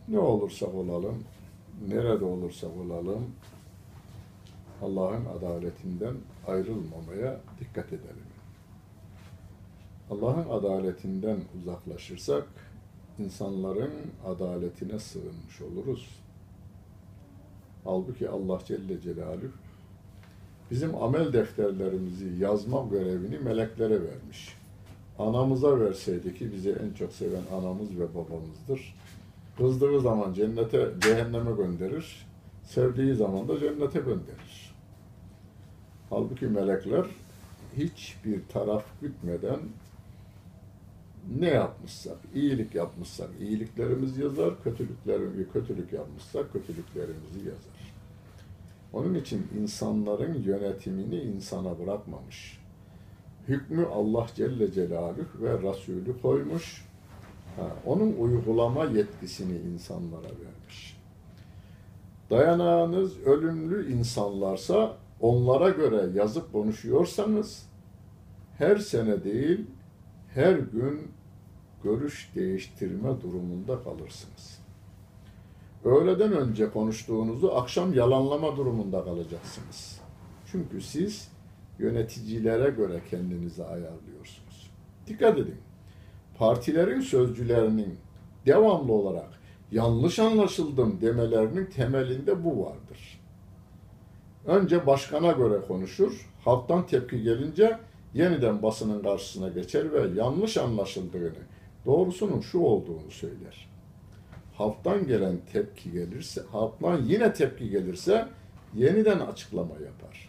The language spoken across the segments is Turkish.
Ne olursak olalım, nerede olursak olalım, Allah'ın adaletinden ayrılmamaya dikkat edelim. Allah'ın adaletinden uzaklaşırsak, insanların adaletine sığınmış oluruz. Halbuki Allah Celle Celaluhu, bizim amel defterlerimizi yazma görevini meleklere vermiş. Anamıza verseydi ki bizi en çok seven anamız ve babamızdır. Kızdığı zaman cehenneme gönderir, sevdiği zaman da cennete gönderir. Halbuki melekler hiçbir taraf gütmeden ne yapmışsak, iyilik yapmışsak iyiliklerimizi yazar, kötülük yapmışsak kötülüklerimizi yazar. Onun için insanların yönetimini insana bırakmamış. Hükmü Allah Celle Celaluhu ve Resulü koymuş. Onun uygulama yetkisini insanlara vermiş. Dayanağınız ölümlü insanlarsa onlara göre yazıp konuşuyorsanız her sene değil, her gün görüş değiştirme durumunda kalırsınız. Öğleden önce konuştuğunuzu akşam yalanlama durumunda kalacaksınız. Çünkü siz yöneticilere göre kendinizi ayarlıyorsunuz. Dikkat edin. Partilerin sözcülerinin devamlı olarak yanlış anlaşıldım demelerinin temelinde bu vardır. Önce başkana göre konuşur, halktan tepki gelince yeniden basının karşısına geçer ve yanlış anlaşıldığını, doğrusunun şu olduğunu söyler. Halktan gelen tepki gelirse, halktan yine tepki gelirse yeniden açıklama yapar.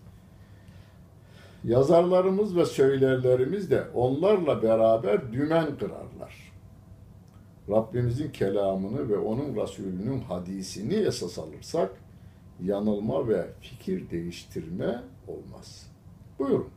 Yazarlarımız ve söylerlerimiz de onlarla beraber dümen kırarlar. Rabbimizin kelamını ve onun Resulünün hadisini esas alırsak yanılma ve fikir değiştirme olmaz. Buyurun.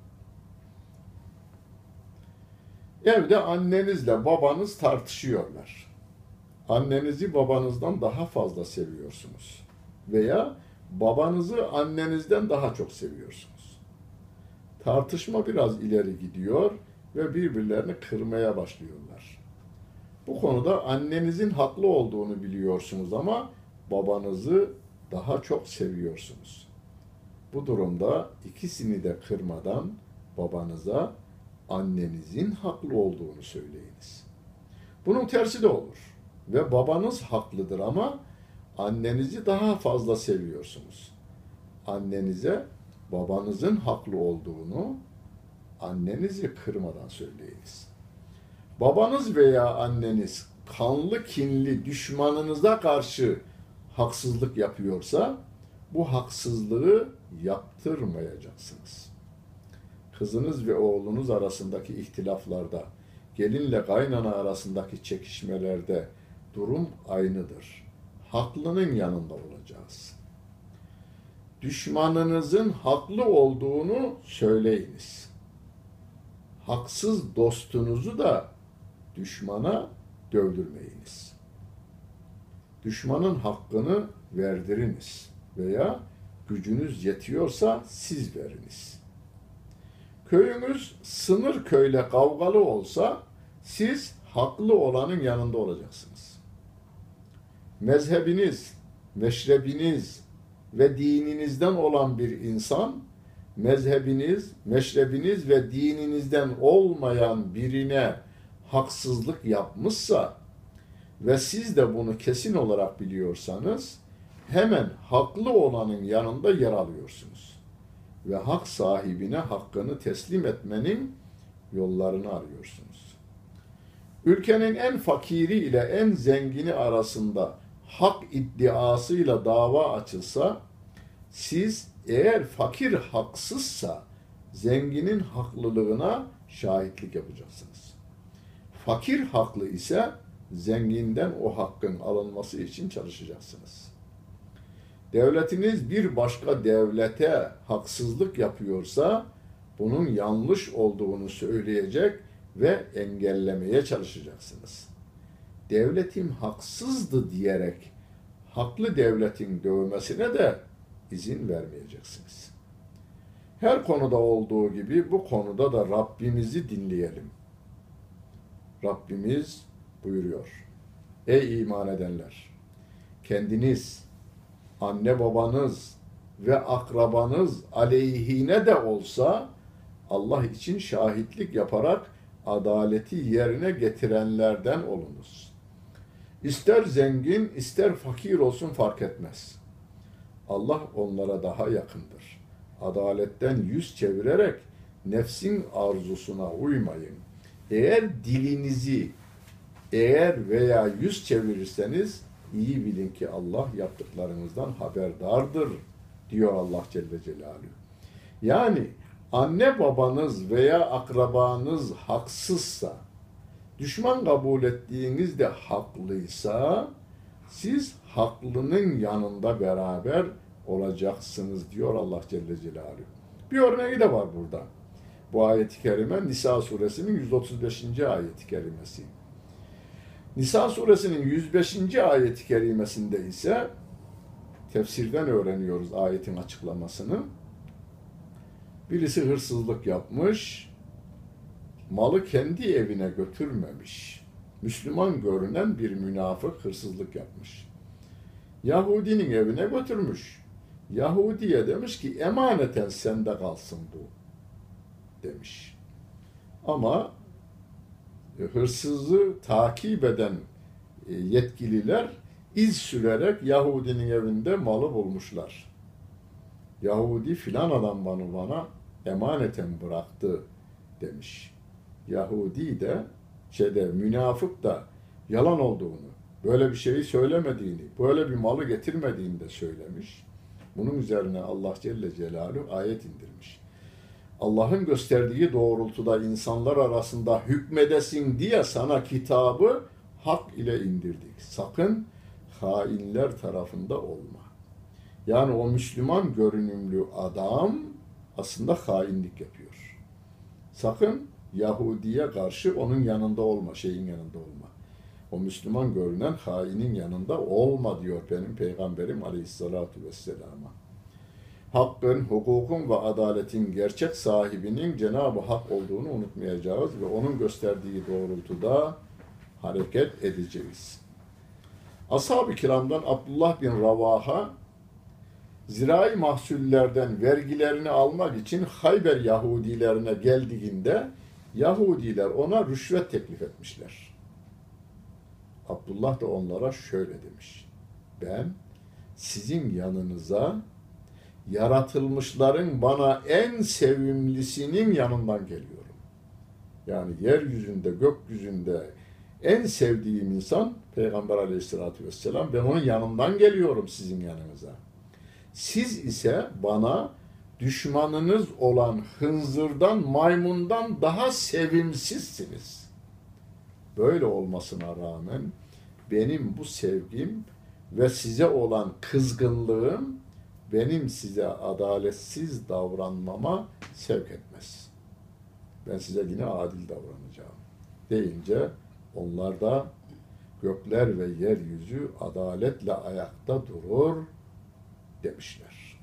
Evde annenizle babanız tartışıyorlar. Annenizi babanızdan daha fazla seviyorsunuz. Veya babanızı annenizden daha çok seviyorsunuz. Tartışma biraz ileri gidiyor ve birbirlerini kırmaya başlıyorlar. Bu konuda annenizin haklı olduğunu biliyorsunuz ama babanızı daha çok seviyorsunuz. Bu durumda ikisini de kırmadan babanıza annenizin haklı olduğunu söyleyiniz. Bunun tersi de olur ve babanız haklıdır ama annenizi daha fazla seviyorsunuz. Annenize babanızın haklı olduğunu annenizi kırmadan söyleyiniz. Babanız veya anneniz kanlı kinli düşmanınıza karşı haksızlık yapıyorsa bu haksızlığı yaptırmayacaksınız. Kızınız ve oğlunuz arasındaki ihtilaflarda, gelinle kaynana arasındaki çekişmelerde durum aynıdır. Haklının yanında olacağız. Düşmanınızın haklı olduğunu söyleyiniz. Haksız dostunuzu da düşmana dövdürmeyiniz. Düşmanın hakkını verdiriniz veya gücünüz yetiyorsa siz veriniz. Köyünüz sınır köyle kavgalı olsa siz haklı olanın yanında olacaksınız. Mezhebiniz, meşrebiniz ve dininizden olan bir insan, mezhebiniz, meşrebiniz ve dininizden olmayan birine haksızlık yapmışsa ve siz de bunu kesin olarak biliyorsanız, hemen haklı olanın yanında yer alıyorsunuz. Ve hak sahibine hakkını teslim etmenin yollarını arıyorsunuz. Ülkenin en fakiri ile en zengini arasında hak iddiasıyla dava açılsa, siz eğer fakir haksızsa zenginin haklılığına şahitlik yapacaksınız. Fakir haklı ise zenginden o hakkın alınması için çalışacaksınız. Devletiniz bir başka devlete haksızlık yapıyorsa bunun yanlış olduğunu söyleyecek ve engellemeye çalışacaksınız. Devletim haksızdı diyerek haklı devletin dövmesine de izin vermeyeceksiniz. Her konuda olduğu gibi bu konuda da Rabbimizi dinleyelim. Rabbimiz buyuruyor. Ey iman edenler! Kendiniz, anne babanız ve akrabanız aleyhine de olsa Allah için şahitlik yaparak adaleti yerine getirenlerden olunuz. İster zengin, ister fakir olsun fark etmez. Allah onlara daha yakındır. Adaletten yüz çevirerek nefsin arzusuna uymayın. Eğer veya yüz çevirirseniz iyi bilin ki Allah yaptıklarınızdan haberdardır diyor Allah Celle Celaluhu. Yani anne babanız veya akrabanız haksızsa, düşman kabul ettiğiniz de haklıysa, siz haklının yanında beraber olacaksınız diyor Allah Celle Celaluhu. Bir örneği de var burada. Bu ayet-i kerime Nisa suresinin 135. ayet-i kerimesi. Nisa suresinin 105. ayet-i kerimesinde ise tefsirden öğreniyoruz ayetin açıklamasını. Birisi hırsızlık yapmış, malı kendi evine götürmemiş. Müslüman görünen bir münafık hırsızlık yapmış. Yahudinin evine götürmüş. Yahudiye demiş ki emaneten sende kalsın bu demiş. Ama hırsızı takip eden yetkililer iz sürerek Yahudinin evinde malı bulmuşlar. Yahudi filan adam bana emaneten bıraktı demiş. Yahudi de münafık da yalan olduğunu, böyle bir şeyi söylemediğini, böyle bir malı getirmediğini de söylemiş. Bunun üzerine Allah Celle Celaluhu ayet indirmiş. Allah'ın gösterdiği doğrultuda insanlar arasında hükmedesin diye sana kitabı hak ile indirdik. Sakın hainler tarafında olma. Yani o Müslüman görünümlü adam aslında hainlik yapıyor. Sakın Yahudi'ye karşı onun yanında olma, şeyin yanında olma. O Müslüman görünen hainin yanında olma diyor benim Peygamberim Aleyhisselatü Vesselam'a. Hakkın, hukukun ve adaletin gerçek sahibinin Cenab-ı Hak olduğunu unutmayacağız ve onun gösterdiği doğrultuda hareket edeceğiz. Ashab-ı kiramdan Abdullah bin Ravaha zirai mahsullerden vergilerini almak için Hayber Yahudilerine geldiğinde Yahudiler ona rüşvet teklif etmişler. Abdullah da onlara şöyle demiş: ben sizin yanınıza yaratılmışların bana en sevimlisinin yanından geliyorum. Yani yeryüzünde, gökyüzünde en sevdiğim insan Peygamber Aleyhisselatü Vesselam. Ben onun yanından geliyorum sizin yanınıza. Siz ise bana düşmanınız olan hınzırdan, maymundan daha sevimsizsiniz. Böyle olmasına rağmen benim bu sevgim ve size olan kızgınlığım benim size adaletsiz davranmama sevk etmez. Ben size yine adil davranacağım deyince onlar da gökler ve yeryüzü adaletle ayakta durur demişler.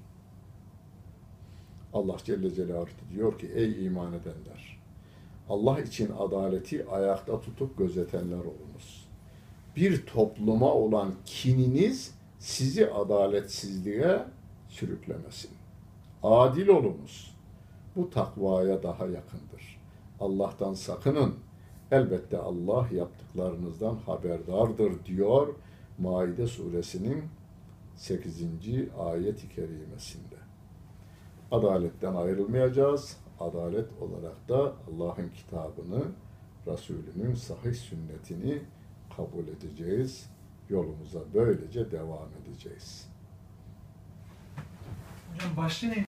Allah Celle Celaluhu diyor ki ey iman edenler, Allah için adaleti ayakta tutup gözetenler olunuz. Bir topluma olan kininiz sizi adaletsizliğe sürüklemesin. Adil olunuz. Bu takvaya daha yakındır. Allah'tan sakının. Elbette Allah yaptıklarınızdan haberdardır diyor Maide suresinin 8. ayet-i kerimesinde. Adaletten ayrılmayacağız. Adalet olarak da Allah'ın kitabını, Resulünün sahih sünnetini kabul edeceğiz. Yolumuza böylece devam edeceğiz. Hocam başlığı ne?